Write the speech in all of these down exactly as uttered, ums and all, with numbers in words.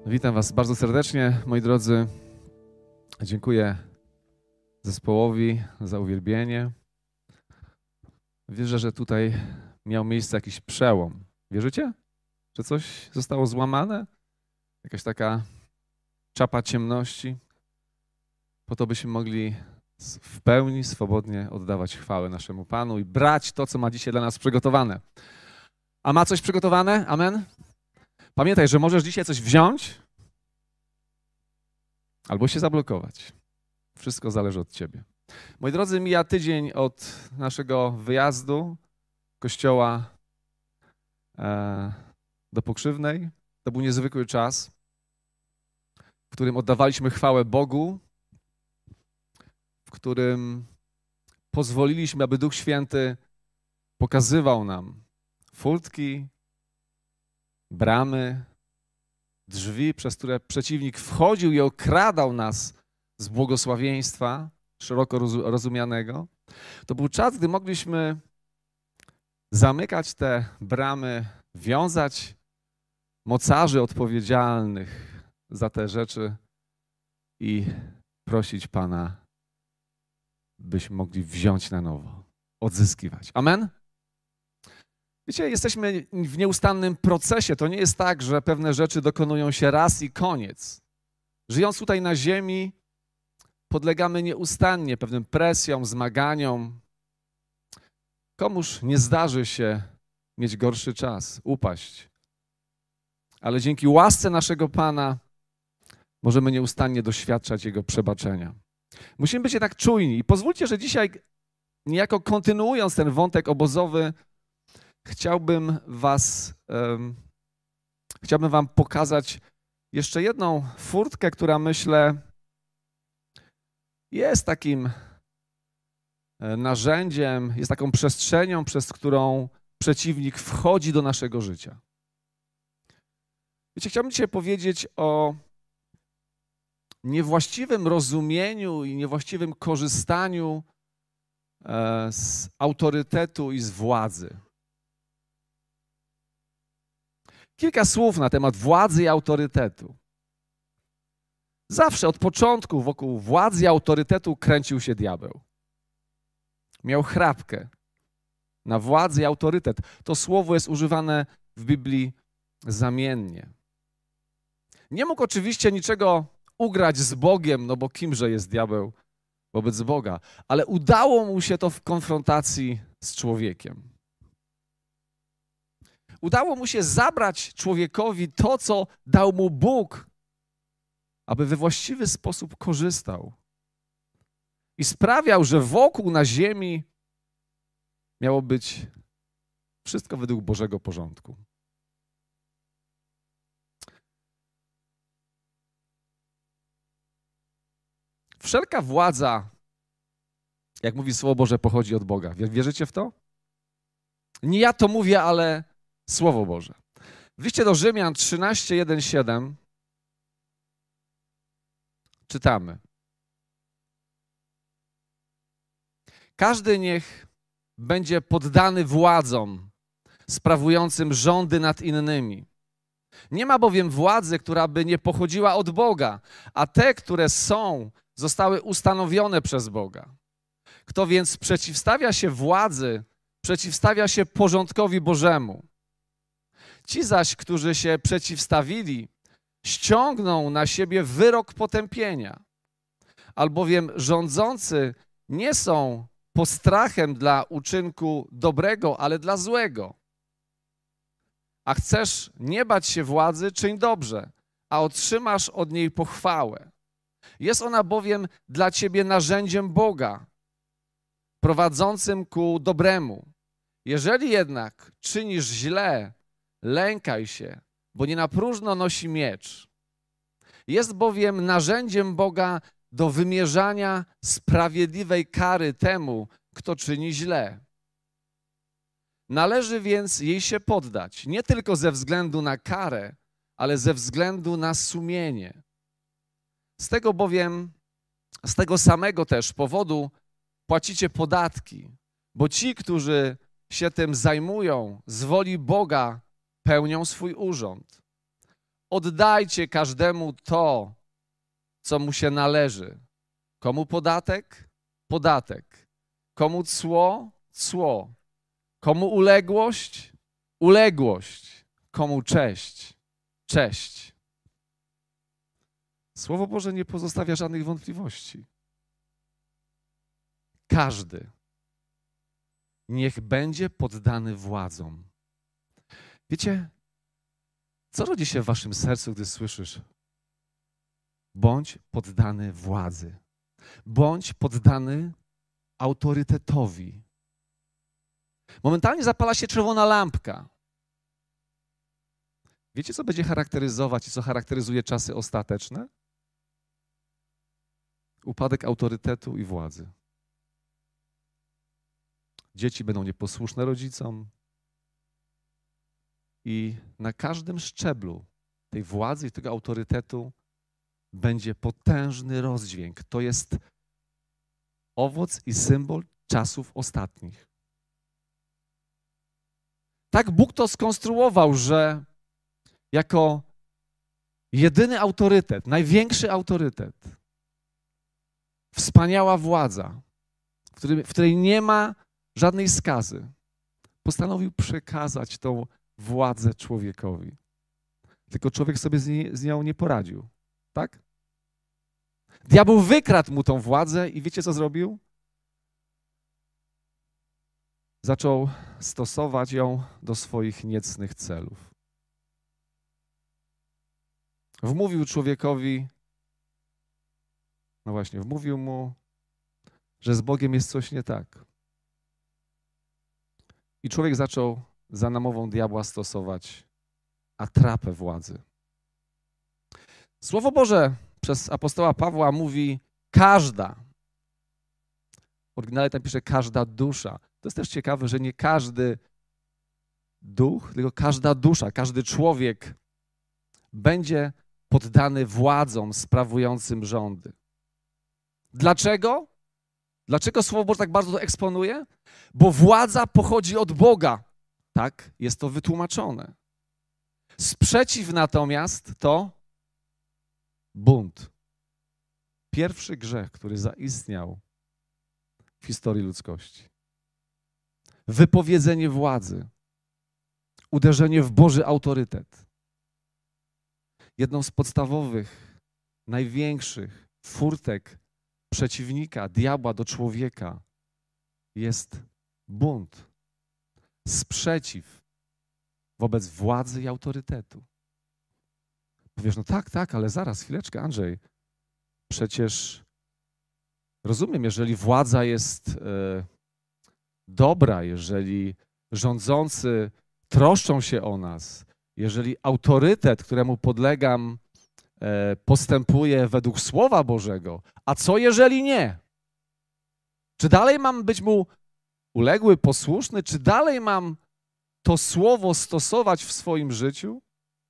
Witam Was bardzo serdecznie, moi drodzy. Dziękuję zespołowi za uwielbienie. Wierzę, że tutaj miał miejsce jakiś przełom. Wierzycie, że coś zostało złamane? Jakaś taka czapa ciemności? Po to, byśmy mogli w pełni, swobodnie oddawać chwałę naszemu Panu i brać to, co ma dzisiaj dla nas przygotowane. A ma coś przygotowane? Amen? Pamiętaj, że możesz dzisiaj coś wziąć albo się zablokować. Wszystko zależy od Ciebie. Moi drodzy, mija tydzień od naszego wyjazdu kościoła e, do Pokrzywnej. To był niezwykły czas, w którym oddawaliśmy chwałę Bogu, w którym pozwoliliśmy, aby Duch Święty pokazywał nam furtki, bramy, drzwi, przez które przeciwnik wchodził i okradał nas z błogosławieństwa szeroko rozumianego. To był czas, gdy mogliśmy zamykać te bramy, wiązać mocarzy odpowiedzialnych za te rzeczy i prosić Pana, byśmy mogli wziąć na nowo, odzyskiwać. Amen? Wiecie, jesteśmy w nieustannym procesie. To nie jest tak, że pewne rzeczy dokonują się raz i koniec. Żyjąc tutaj na ziemi, podlegamy nieustannie pewnym presjom, zmaganiom. Komuż nie zdarzy się mieć gorszy czas, upaść. Ale dzięki łasce naszego Pana możemy nieustannie doświadczać Jego przebaczenia. Musimy być jednak czujni. I pozwólcie, że dzisiaj, niejako kontynuując ten wątek obozowy, chciałbym was, um, chciałbym wam pokazać jeszcze jedną furtkę, która, myślę, jest takim narzędziem, jest taką przestrzenią, przez którą przeciwnik wchodzi do naszego życia. Wiecie, chciałbym dzisiaj powiedzieć o niewłaściwym rozumieniu i niewłaściwym korzystaniu z autorytetu i z władzy. Kilka słów na temat władzy i autorytetu. Zawsze od początku wokół władzy i autorytetu kręcił się diabeł. Miał chrapkę na władzę i autorytet. To słowo jest używane w Biblii zamiennie. Nie mógł oczywiście niczego ugrać z Bogiem, no bo kimże jest diabeł wobec Boga, ale udało mu się to w konfrontacji z człowiekiem. Udało mu się zabrać człowiekowi to, co dał mu Bóg, aby we właściwy sposób korzystał. I sprawiał, że wokół na ziemi miało być wszystko według Bożego porządku. Wszelka władza, jak mówi Słowo Boże, pochodzi od Boga. Wierzycie w to? Nie ja to mówię, ale Słowo Boże. W liście do Rzymian trzynaście, jeden, siedem czytamy. Każdy niech będzie poddany władzom sprawującym rządy nad innymi. Nie ma bowiem władzy, która by nie pochodziła od Boga, a te, które są, zostały ustanowione przez Boga. Kto więc przeciwstawia się władzy, przeciwstawia się porządkowi Bożemu. Ci zaś, którzy się przeciwstawili, ściągną na siebie wyrok potępienia, albowiem rządzący nie są postrachem dla uczynku dobrego, ale dla złego. A chcesz nie bać się władzy, czyń dobrze, a otrzymasz od niej pochwałę. Jest ona bowiem dla ciebie narzędziem Boga, prowadzącym ku dobremu. Jeżeli jednak czynisz źle, lękaj się, bo nie na próżno nosi miecz. Jest bowiem narzędziem Boga do wymierzania sprawiedliwej kary temu, kto czyni źle. Należy więc jej się poddać, nie tylko ze względu na karę, ale ze względu na sumienie. Z tego bowiem, z tego samego też powodu płacicie podatki, bo ci, którzy się tym zajmują, z woli Boga pełnią swój urząd. oddajcie każdemu to, co mu się należy. Komu podatek? Podatek. Komu cło? Cło. Komu uległość? Uległość. Komu cześć? Cześć. Słowo Boże nie pozostawia żadnych wątpliwości. Każdy niech będzie poddany władzom. Wiecie, co rodzi się w waszym sercu, gdy słyszysz? Bądź poddany władzy. Bądź poddany autorytetowi. Momentalnie zapala się czerwona lampka. Wiecie, co będzie charakteryzować i co charakteryzuje czasy ostateczne? Upadek autorytetu i władzy. Dzieci będą nieposłuszne rodzicom i na każdym szczeblu tej władzy i tego autorytetu będzie potężny rozdźwięk. To jest owoc i symbol czasów ostatnich. Tak Bóg to skonstruował, że jako jedyny autorytet, największy autorytet, wspaniała władza, w której, w której nie ma żadnej skazy, postanowił przekazać tą władzę człowiekowi. Tylko człowiek sobie z, nie, z nią nie poradził. Tak? Diabeł wykradł mu tą władzę i wiecie, co zrobił? Zaczął stosować ją do swoich niecnych celów. Wmówił człowiekowi, no właśnie, wmówił mu, że z Bogiem jest coś nie tak. I człowiek zaczął za namową diabła stosować atrapę władzy. Słowo Boże przez apostoła Pawła mówi każda. W oryginale tam pisze każda dusza. To jest też ciekawe, że nie każdy duch, tylko każda dusza, każdy człowiek będzie poddany władzom sprawującym rządy. Dlaczego? Dlaczego Słowo Boże tak bardzo to eksponuje? Bo władza pochodzi od Boga. Tak, jest to wytłumaczone. Sprzeciw natomiast to bunt. Pierwszy grzech, który zaistniał w historii ludzkości. Wypowiedzenie władzy. Uderzenie w Boży autorytet. Jedną z podstawowych, największych furtek przeciwnika, diabła do człowieka jest bunt, sprzeciw wobec władzy i autorytetu. Powiesz, no tak, tak, ale zaraz, chwileczkę, Andrzej, przecież rozumiem, jeżeli władza jest e, dobra, jeżeli rządzący troszczą się o nas, jeżeli autorytet, któremu podlegam, e, postępuje według Słowa Bożego, a co jeżeli nie? Czy dalej mam być mu uległy, posłuszny, czy dalej mam to Słowo stosować w swoim życiu?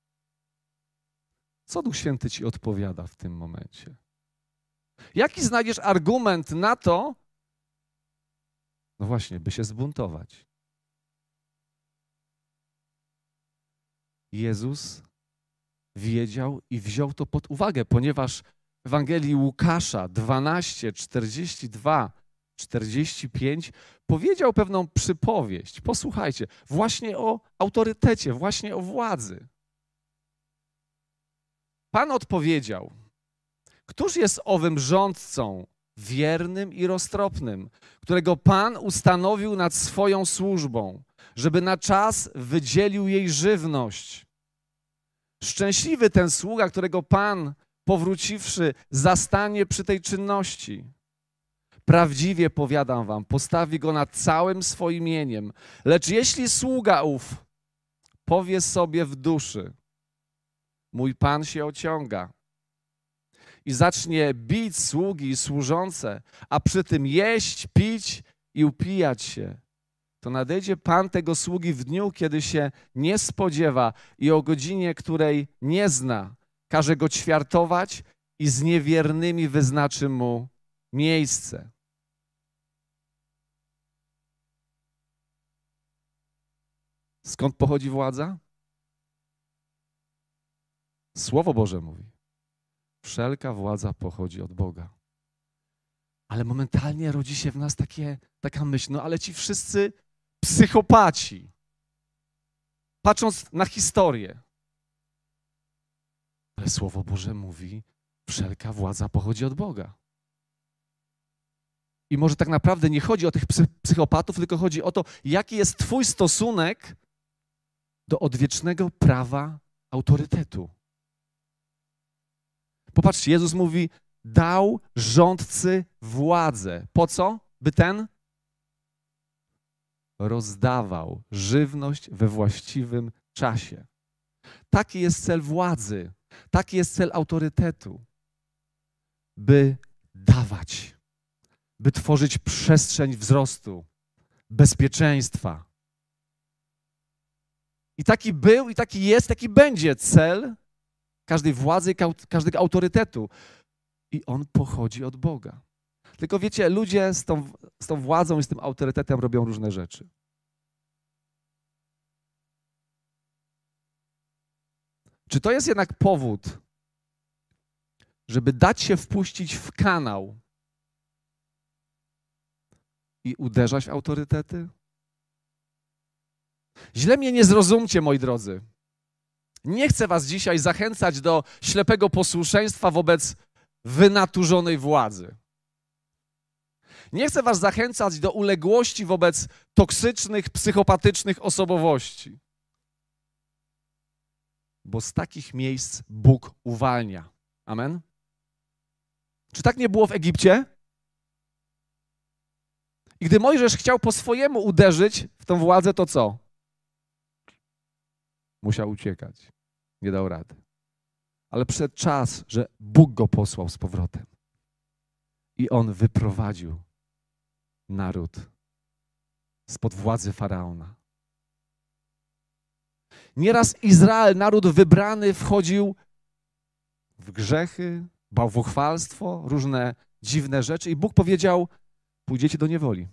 Co Duch Święty ci odpowiada w tym momencie? Jaki znajdziesz argument na to, no właśnie, by się zbuntować? Jezus wiedział i wziął to pod uwagę, ponieważ w Ewangelii Łukasza dwanaście, czterdzieści dwa, czterdzieści pięć powiedział pewną przypowieść. Posłuchajcie, właśnie o autorytecie, właśnie o władzy. Pan odpowiedział, któż jest owym rządcą wiernym i roztropnym, którego Pan ustanowił nad swoją służbą, żeby na czas wydzielił jej żywność. Szczęśliwy ten sługa, którego Pan, powróciwszy, zastanie przy tej czynności. Prawdziwie powiadam wam, postawi go nad całym swoim mieniem. Lecz jeśli sługa ów powie sobie w duszy, mój Pan się ociąga, i zacznie bić sługi i służące, a przy tym jeść, pić i upijać się, to nadejdzie Pan tego sługi w dniu, kiedy się nie spodziewa i o godzinie, której nie zna, każe go ćwiartować i z niewiernymi wyznaczy mu miejsce. Skąd pochodzi władza? Słowo Boże mówi, wszelka władza pochodzi od Boga. Ale momentalnie rodzi się w nas takie, taka myśl, no ale ci wszyscy psychopaci, patrząc na historię. Ale Słowo Boże mówi, wszelka władza pochodzi od Boga. I może tak naprawdę nie chodzi o tych psychopatów, tylko chodzi o to, jaki jest twój stosunek do odwiecznego prawa autorytetu. Popatrzcie, Jezus mówi, dał rządcy władzę. Po co? By ten rozdawał żywność we właściwym czasie. Taki jest cel władzy, taki jest cel autorytetu. By dawać, by tworzyć przestrzeń wzrostu, bezpieczeństwa. I taki był, i taki jest, taki będzie cel każdej władzy, każdego autorytetu. I on pochodzi od Boga. Tylko wiecie, ludzie z tą, z tą władzą i z tym autorytetem robią różne rzeczy. Czy to jest jednak powód, żeby dać się wpuścić w kanał i uderzać w autorytety? Źle mnie nie zrozumcie, moi drodzy. Nie chcę was dzisiaj zachęcać do ślepego posłuszeństwa wobec wynaturzonej władzy. Nie chcę was zachęcać do uległości wobec toksycznych, psychopatycznych osobowości. Bo z takich miejsc Bóg uwalnia. Amen? Czy tak nie było w Egipcie? I gdy Mojżesz chciał po swojemu uderzyć w tą władzę, to co? Musiał uciekać. Nie dał rady. Ale przyszedł czas, że Bóg go posłał z powrotem. I on wyprowadził naród spod władzy Faraona. Nieraz Izrael, naród wybrany, wchodził w grzechy, bałwochwalstwo, różne dziwne rzeczy i Bóg powiedział, pójdziecie do niewoli.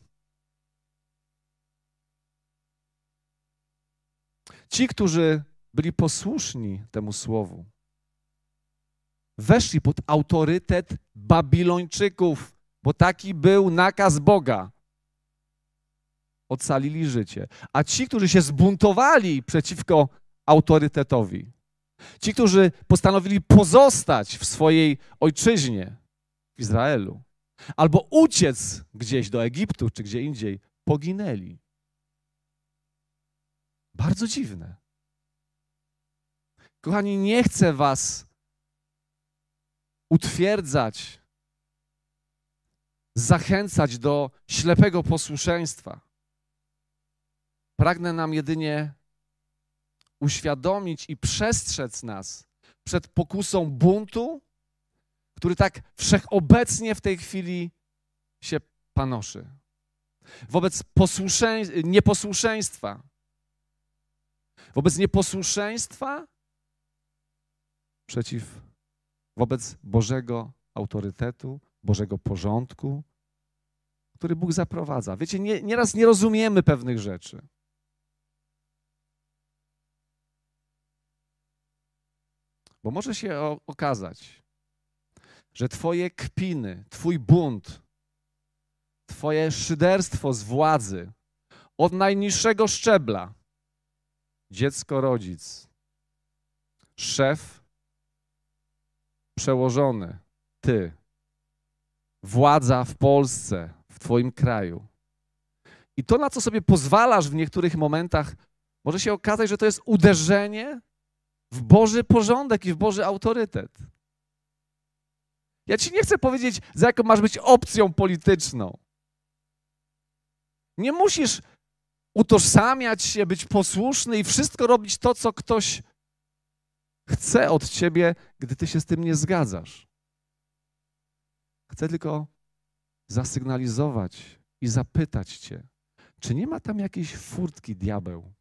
Ci, którzy byli posłuszni temu słowu, weszli pod autorytet Babilończyków, bo taki był nakaz Boga. Ocalili życie. A ci, którzy się zbuntowali przeciwko autorytetowi, ci, którzy postanowili pozostać w swojej ojczyźnie, w Izraelu, albo uciec gdzieś do Egiptu, czy gdzie indziej, poginęli. Bardzo dziwne. Kochani, nie chcę was utwierdzać, zachęcać do ślepego posłuszeństwa. Pragnę nam jedynie uświadomić i przestrzec nas przed pokusą buntu, który tak wszechobecnie w tej chwili się panoszy. Wobec posłuszeń- nieposłuszeństwa. Wobec nieposłuszeństwa przeciw, wobec Bożego autorytetu, Bożego porządku, który Bóg zaprowadza. Wiecie, nie, nieraz nie rozumiemy pewnych rzeczy. Bo może się o, okazać, że twoje kpiny, twój bunt, twoje szyderstwo z władzy od najniższego szczebla, dziecko, rodzic, szef, przełożony, ty, władza w Polsce, w twoim kraju. I to, na co sobie pozwalasz w niektórych momentach, może się okazać, że to jest uderzenie w Boży porządek i w Boży autorytet. Ja ci nie chcę powiedzieć, za jaką masz być opcją polityczną. Nie musisz utożsamiać się, być posłuszny i wszystko robić to, co ktoś chce od ciebie, gdy ty się z tym nie zgadzasz. Chcę tylko zasygnalizować i zapytać cię, czy nie ma tam jakiejś furtki, diabeł,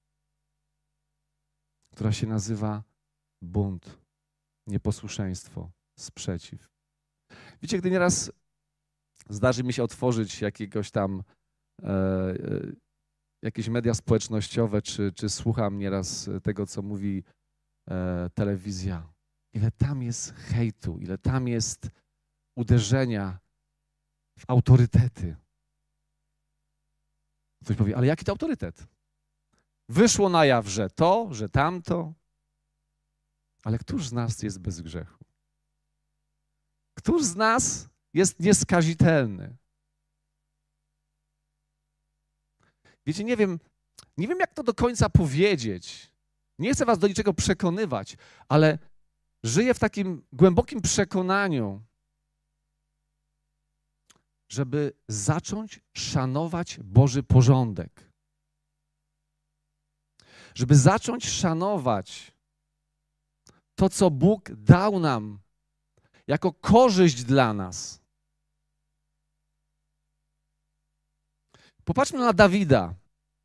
która się nazywa bunt, nieposłuszeństwo, sprzeciw. Wiecie, gdy nieraz zdarzy mi się otworzyć jakiegoś tam e, e, jakieś media społecznościowe, czy, czy słucham nieraz tego, co mówi e, telewizja, ile tam jest hejtu, ile tam jest uderzenia w autorytety. Ktoś powie, ale jaki to autorytet? Wyszło na jaw, że to, że tamto. Ale któż z nas jest bez grzechu? Któż z nas jest nieskazitelny? Wiecie, nie wiem, nie wiem, jak to do końca powiedzieć. Nie chcę was do niczego przekonywać, ale żyję w takim głębokim przekonaniu, żeby zacząć szanować Boży porządek. Żeby zacząć szanować to, co Bóg dał nam jako korzyść dla nas. Popatrzmy na Dawida.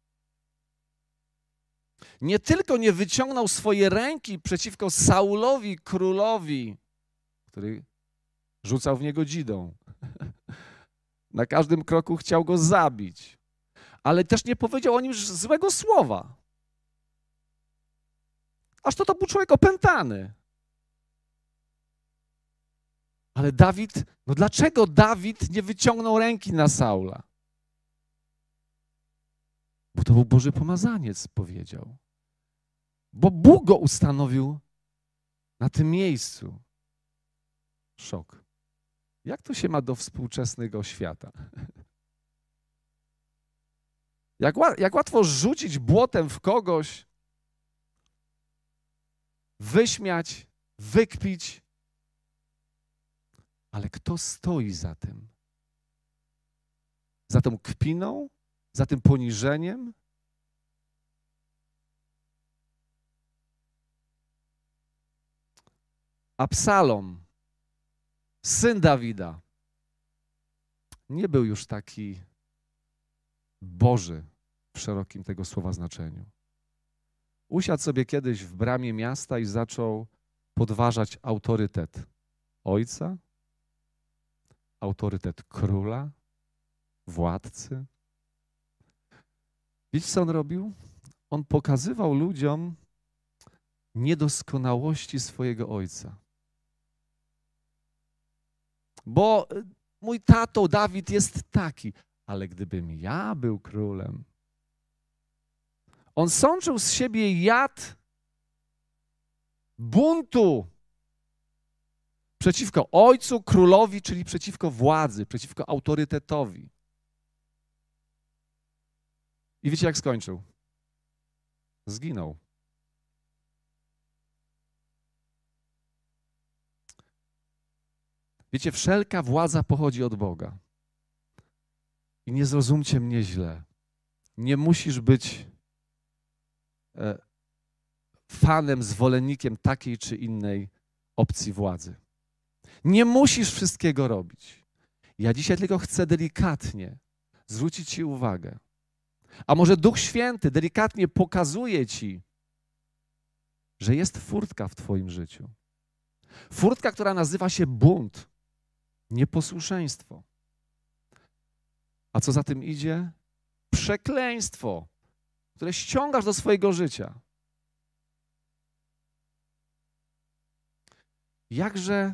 Nie tylko nie wyciągnął swoje ręki przeciwko Saulowi, królowi, który rzucał w niego dzidą. Na każdym kroku chciał go zabić. Ale też nie powiedział o nim złego słowa. Aż to to był człowiek opętany. Ale Dawid, no dlaczego Dawid nie wyciągnął ręki na Saula? Bo to był Boży pomazaniec, powiedział. Bo Bóg go ustanowił na tym miejscu. Szok. Jak to się ma do współczesnego świata? Jak, jak łatwo rzucić błotem w kogoś, wyśmiać, wykpić. Ale kto stoi za tym? Za tą kpiną? Za tym poniżeniem? Absalom, syn Dawida, nie był już taki Boży w szerokim tego słowa znaczeniu. Usiadł sobie kiedyś w bramie miasta i zaczął podważać autorytet ojca, autorytet króla, władcy. Wiecie, co on robił? On pokazywał ludziom niedoskonałości swojego ojca. Bo mój tato Dawid jest taki, ale gdybym ja był królem. On sączył z siebie jad buntu przeciwko ojcu, królowi, czyli przeciwko władzy, przeciwko autorytetowi. I wiecie, jak skończył? Zginął. Wiecie, wszelka władza pochodzi od Boga. I nie zrozumcie mnie źle. Nie musisz być e, fanem, zwolennikiem takiej czy innej opcji władzy. Nie musisz wszystkiego robić. Ja dzisiaj tylko chcę delikatnie zwrócić ci uwagę. A może Duch Święty delikatnie pokazuje ci, że jest furtka w twoim życiu. Furtka, która nazywa się bunt, nieposłuszeństwo. A co za tym idzie? Przekleństwo, które ściągasz do swojego życia. Jakże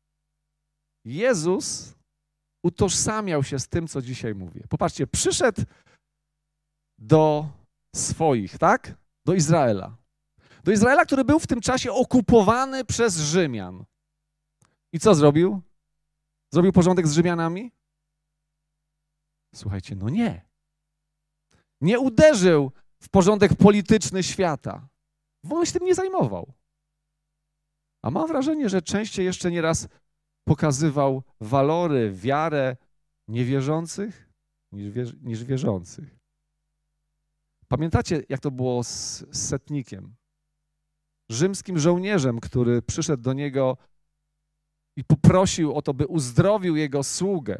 Jezus utożsamiał się z tym, co dzisiaj mówię. Popatrzcie, przyszedł do swoich, tak? Do Izraela. Do Izraela, który był w tym czasie okupowany przez Rzymian. I co zrobił? Zrobił porządek z Rzymianami? Słuchajcie, no nie. Nie uderzył w porządek polityczny świata. W ogóle się tym nie zajmował. A mam wrażenie, że częściej jeszcze nieraz pokazywał walory, wiarę niewierzących niż, wierzy, niż wierzących. Pamiętacie, jak to było z, z setnikiem? Rzymskim żołnierzem, który przyszedł do niego i poprosił o to, by uzdrowił jego sługę.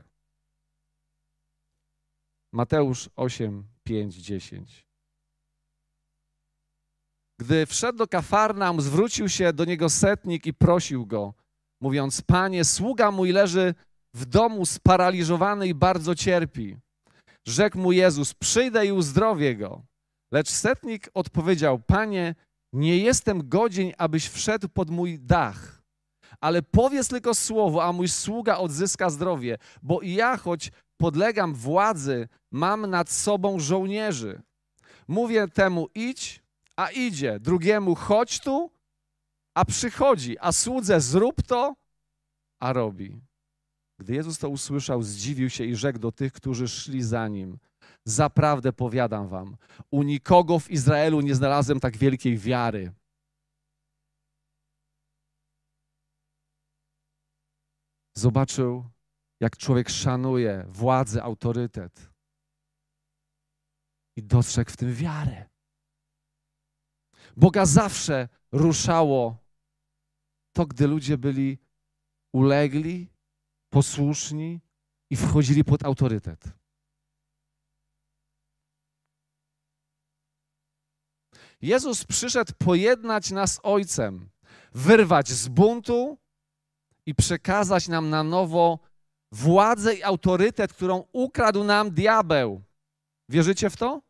Mateusz osiem, pięć, dziesięć. Gdy wszedł do Kafarnaum, zwrócił się do niego setnik i prosił go, mówiąc: Panie, sługa mój leży w domu sparaliżowany i bardzo cierpi. Rzekł mu Jezus: przyjdę i uzdrowię go. Lecz setnik odpowiedział: Panie, nie jestem godzien, abyś wszedł pod mój dach. ale powiedz tylko słowo, a mój sługa odzyska zdrowie, bo i ja, choć podlegam władzy, mam nad sobą żołnierzy. Mówię temu idź, a idzie, drugiemu chodź tu, a przychodzi, a słudze zrób to, a robi. Gdy Jezus to usłyszał, zdziwił się i rzekł do tych, którzy szli za Nim: zaprawdę powiadam wam, u nikogo w Izraelu nie znalazłem tak wielkiej wiary. Zobaczył, jak człowiek szanuje władzę, autorytet i dostrzegł w tym wiarę. Boga zawsze ruszało to, gdy ludzie byli ulegli, posłuszni i wchodzili pod autorytet. Jezus przyszedł pojednać nas z Ojcem, wyrwać z buntu i przekazać nam na nowo władzę i autorytet, którą ukradł nam diabeł. Wierzycie w to?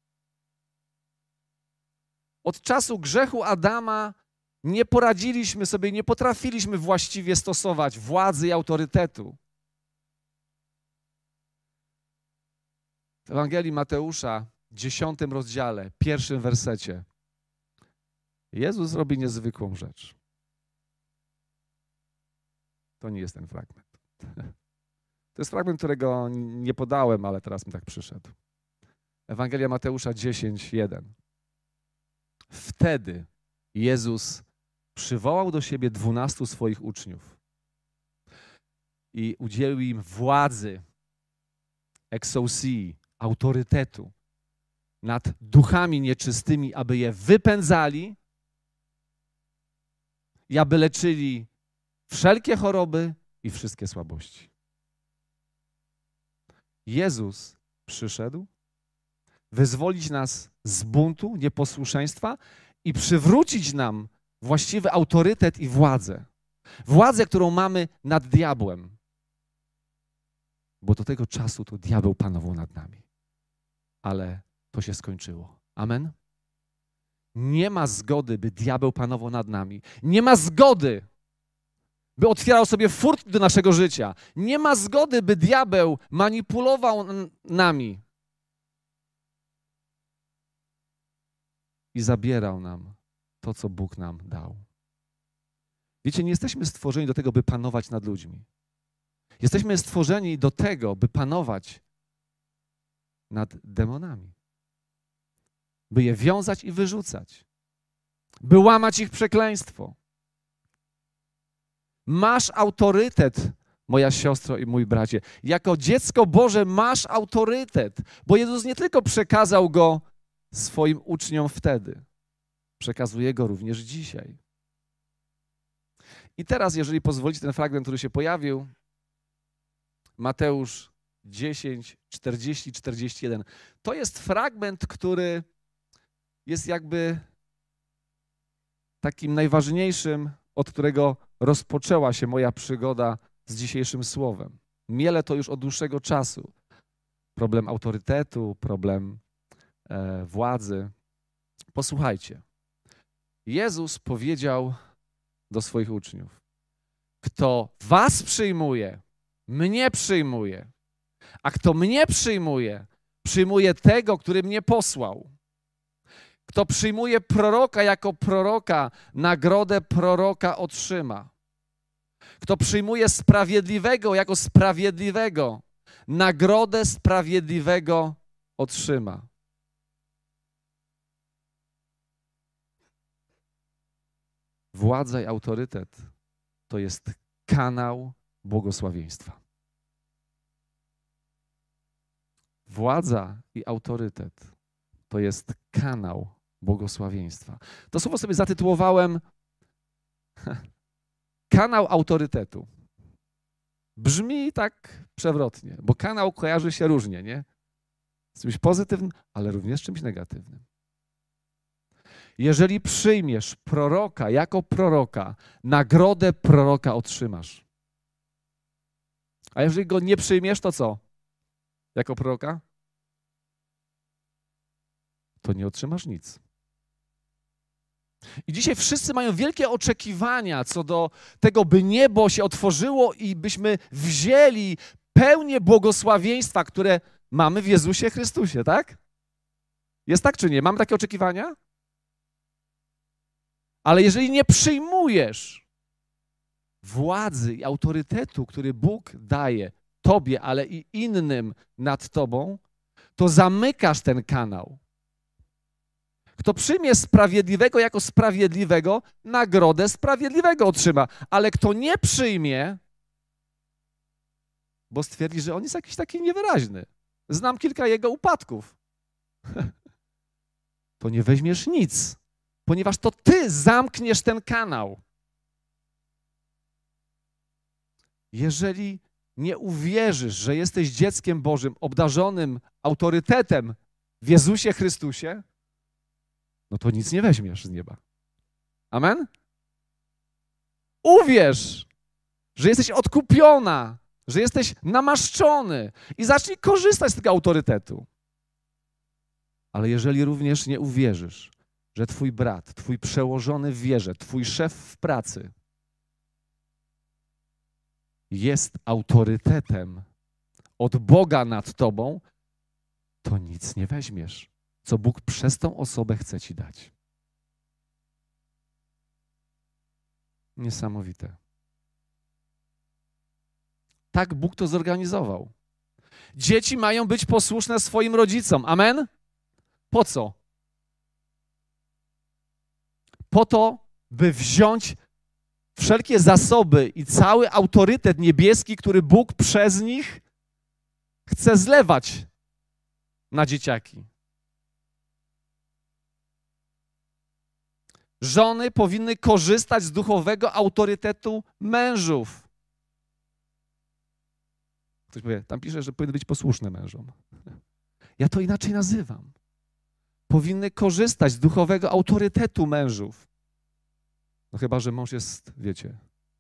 Od czasu grzechu Adama nie poradziliśmy sobie, nie potrafiliśmy właściwie stosować władzy i autorytetu. W Ewangelii Mateusza, dziesiątym rozdziale, pierwszym wersecie, Jezus robi niezwykłą rzecz. To nie jest ten fragment. To jest fragment, którego nie podałem, ale teraz mi tak przyszedł. Ewangelia Mateusza dziesięć, jeden. Wtedy Jezus przywołał do siebie dwunastu swoich uczniów i udzielił im władzy, exousi, autorytetu nad duchami nieczystymi, aby je wypędzali i aby leczyli wszelkie choroby i wszystkie słabości. Jezus przyszedł wyzwolić nas z buntu, nieposłuszeństwa i przywrócić nam właściwy autorytet i władzę. Władzę, którą mamy nad diabłem. Bo do tego czasu to diabeł panował nad nami. Ale to się skończyło. Amen? Nie ma zgody, by diabeł panował nad nami. Nie ma zgody, by otwierał sobie furtki do naszego życia. Nie ma zgody, by diabeł manipulował nami i zabierał nam to, co Bóg nam dał. Wiecie, nie jesteśmy stworzeni do tego, by panować nad ludźmi. Jesteśmy stworzeni do tego, by panować nad demonami. By je wiązać i wyrzucać. By łamać ich przekleństwo. Masz autorytet, moja siostro i mój bracie. Jako dziecko Boże masz autorytet, bo Jezus nie tylko przekazał go swoim uczniom wtedy, przekazuje go również dzisiaj. I teraz, jeżeli pozwolicie, ten fragment, który się pojawił, Mateusz dziesięć, czterdzieści, czterdzieści jeden. To jest fragment, który jest jakby takim najważniejszym, od którego rozpoczęła się moja przygoda z dzisiejszym słowem. Mielę to już od dłuższego czasu. Problem autorytetu, problem e, władzy. Posłuchajcie. Jezus powiedział do swoich uczniów: kto was przyjmuje, mnie przyjmuje, a kto mnie przyjmuje, przyjmuje tego, który mnie posłał. Kto przyjmuje proroka jako proroka, nagrodę proroka otrzyma. Kto przyjmuje sprawiedliwego jako sprawiedliwego, nagrodę sprawiedliwego otrzyma. Władza i autorytet to jest kanał błogosławieństwa. Władza i autorytet to jest kanał błogosławieństwa. To słowo sobie zatytułowałem kanał autorytetu. Brzmi tak przewrotnie, bo kanał kojarzy się różnie, nie? Z czymś pozytywnym, ale również z czymś negatywnym. Jeżeli przyjmiesz proroka jako proroka, nagrodę proroka otrzymasz. A jeżeli go nie przyjmiesz, to co? Jako proroka? To nie otrzymasz nic. I dzisiaj wszyscy mają wielkie oczekiwania co do tego, by niebo się otworzyło i byśmy wzięli pełnię błogosławieństwa, które mamy w Jezusie Chrystusie, tak? Jest tak czy nie? Mamy takie oczekiwania? Ale jeżeli nie przyjmujesz władzy i autorytetu, który Bóg daje tobie, ale i innym nad tobą, to zamykasz ten kanał. Kto przyjmie sprawiedliwego jako sprawiedliwego, nagrodę sprawiedliwego otrzyma. Ale kto nie przyjmie, bo stwierdzi, że on jest jakiś taki niewyraźny. Znam kilka jego upadków. To nie weźmiesz nic, ponieważ to ty zamkniesz ten kanał. Jeżeli nie uwierzysz, że jesteś dzieckiem Bożym, obdarzonym autorytetem w Jezusie Chrystusie, no to nic nie weźmiesz z nieba. Amen? Uwierz, że jesteś odkupiona, że jesteś namaszczony i zacznij korzystać z tego autorytetu. Ale jeżeli również nie uwierzysz, że twój brat, twój przełożony w wierze, twój szef w pracy jest autorytetem od Boga nad tobą, to nic nie weźmiesz, co Bóg przez tą osobę chce ci dać. Niesamowite. Tak Bóg to zorganizował. Dzieci mają być posłuszne swoim rodzicom. Amen? Po co? Po to, by wziąć wszelkie zasoby i cały autorytet niebieski, który Bóg przez nich chce zlewać na dzieciaki. Żony powinny korzystać z duchowego autorytetu mężów. Ktoś powie, tam pisze, że powinny być posłuszne mężom. Ja to inaczej nazywam. Powinny korzystać z duchowego autorytetu mężów. No chyba że mąż jest, wiecie,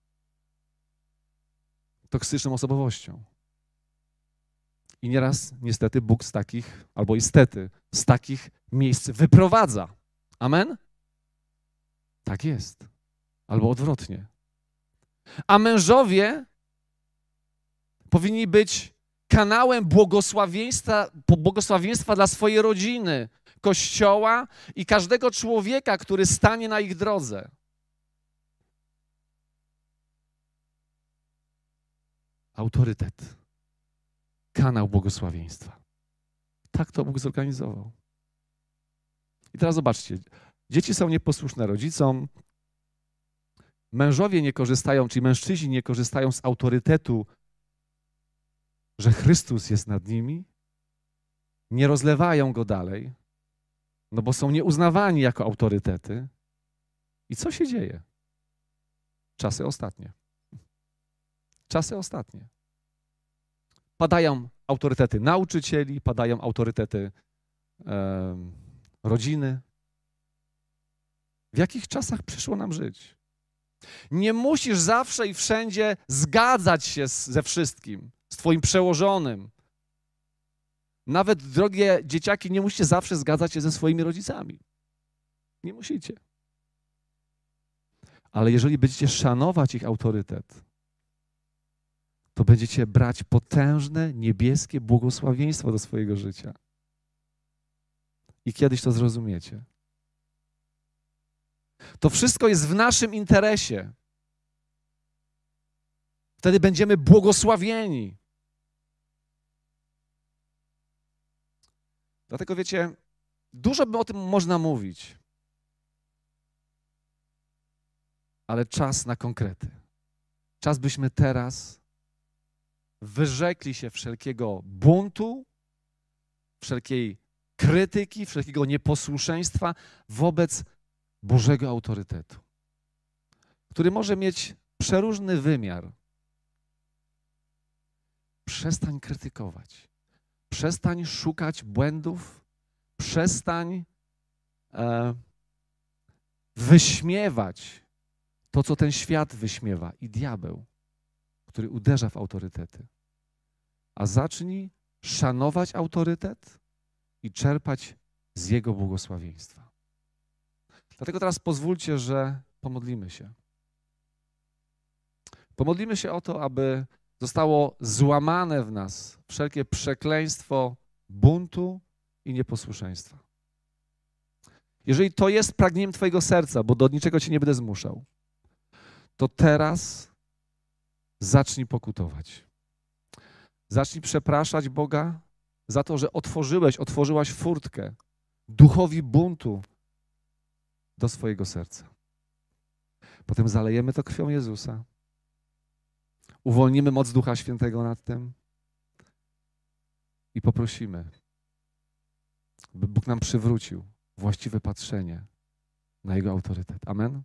toksyczną osobowością. I nieraz niestety Bóg z takich, albo istety, z takich miejsc wyprowadza. Amen? Tak jest. Albo odwrotnie. A mężowie powinni być kanałem błogosławieństwa, błogosławieństwa dla swojej rodziny, Kościoła i każdego człowieka, który stanie na ich drodze. Autorytet. Kanał błogosławieństwa. Tak to Bóg zorganizował. I teraz zobaczcie. Dzieci są nieposłuszne rodzicom. Mężowie nie korzystają, czyli mężczyźni nie korzystają z autorytetu, że Chrystus jest nad nimi. Nie rozlewają go dalej, no bo są nieuznawani jako autorytety. I co się dzieje? Czasy ostatnie. Czasy ostatnie. Padają autorytety nauczycieli, padają autorytety e, rodziny. W jakich czasach przyszło nam żyć? Nie musisz zawsze i wszędzie zgadzać się z, ze wszystkim, z twoim przełożonym. Nawet, drogie dzieciaki, nie musicie zawsze zgadzać się ze swoimi rodzicami. Nie musicie. Ale jeżeli będziecie szanować ich autorytet, to będziecie brać potężne, niebieskie błogosławieństwo do swojego życia. I kiedyś to zrozumiecie. To wszystko jest w naszym interesie. Wtedy będziemy błogosławieni. Dlatego wiecie, dużo by o tym można mówić. Ale czas na konkrety. Czas byśmy teraz wyrzekli się wszelkiego buntu, wszelkiej krytyki, wszelkiego nieposłuszeństwa wobec Bożego autorytetu, który może mieć przeróżny wymiar. Przestań krytykować. Przestań szukać błędów. Przestań e, wyśmiewać to, co ten świat wyśmiewa i diabeł, który uderza w autorytety. A zacznij szanować autorytet i czerpać z jego błogosławieństwa. Dlatego teraz pozwólcie, że pomodlimy się. Pomodlimy się o to, aby zostało złamane w nas wszelkie przekleństwo buntu i nieposłuszeństwa. Jeżeli to jest pragnieniem Twojego serca, bo do niczego Cię nie będę zmuszał, to teraz zacznij pokutować. Zacznij przepraszać Boga za to, że otworzyłeś, otworzyłaś furtkę duchowi buntu do swojego serca. Potem zalejemy to krwią Jezusa. Uwolnimy moc Ducha Świętego nad tym i poprosimy, by Bóg nam przywrócił właściwe patrzenie na Jego autorytet. Amen?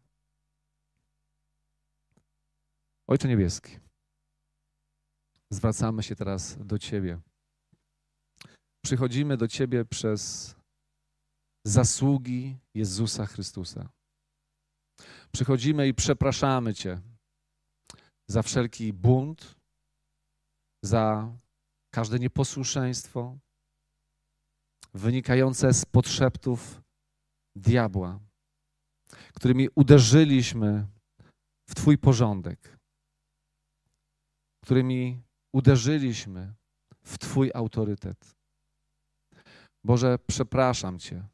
Ojcze Niebieski, zwracamy się teraz do Ciebie. Przychodzimy do Ciebie przez zasługi Jezusa Chrystusa. Przychodzimy i przepraszamy Cię za wszelki bunt, za każde nieposłuszeństwo wynikające z podszeptów diabła, którymi uderzyliśmy w Twój porządek, którymi uderzyliśmy w Twój autorytet. Boże, przepraszam Cię.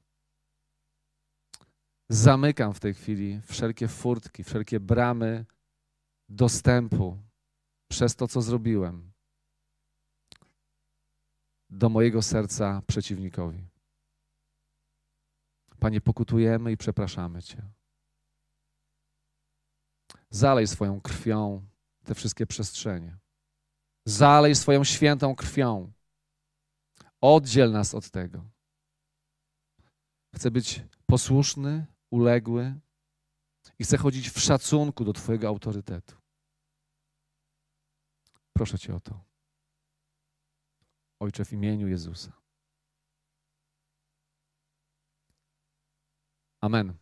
Zamykam w tej chwili wszelkie furtki, wszelkie bramy dostępu przez to, co zrobiłem do mojego serca przeciwnikowi. Panie, pokutujemy i przepraszamy Cię. Zalej swoją krwią te wszystkie przestrzenie. Zalej swoją świętą krwią. Oddziel nas od tego. Chcę być posłuszny, uległy i chcę chodzić w szacunku do Twojego autorytetu. Proszę Cię o to. Ojcze, w imieniu Jezusa. Amen.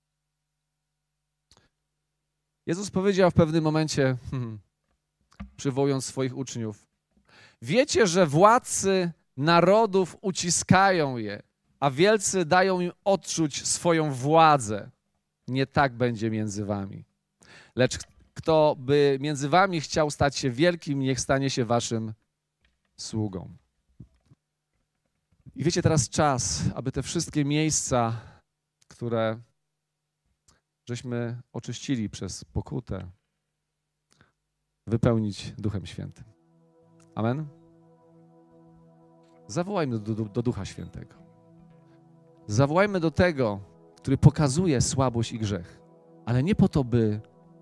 Jezus powiedział w pewnym momencie, hmm, przywołując swoich uczniów, wiecie, że władcy narodów uciskają je, a wielcy dają im odczuć swoją władzę. Nie tak będzie między wami. Lecz kto by między wami chciał stać się wielkim, niech stanie się waszym sługą. I wiecie, teraz czas, aby te wszystkie miejsca, które żeśmy oczyścili przez pokutę, wypełnić Duchem Świętym. Amen? Zawołajmy do, do, do Ducha Świętego. Zawołajmy do tego, który pokazuje słabość i grzech, ale nie po to, by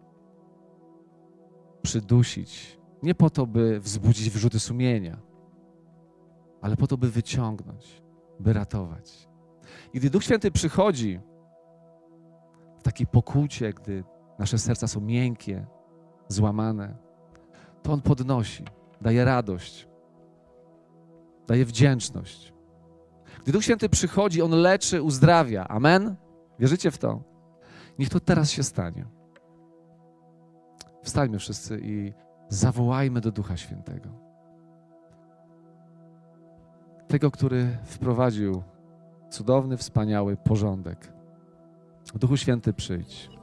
przydusić, nie po to, by wzbudzić wyrzuty sumienia, ale po to, by wyciągnąć, by ratować. I gdy Duch Święty przychodzi w takiej pokucie, gdy nasze serca są miękkie, złamane, to On podnosi, daje radość, daje wdzięczność. Gdy Duch Święty przychodzi, On leczy, uzdrawia. Amen? Wierzycie w to? Niech to teraz się stanie. Wstańmy wszyscy i zawołajmy do Ducha Świętego. Tego, który wprowadził cudowny, wspaniały porządek. Duchu Święty, przyjdź.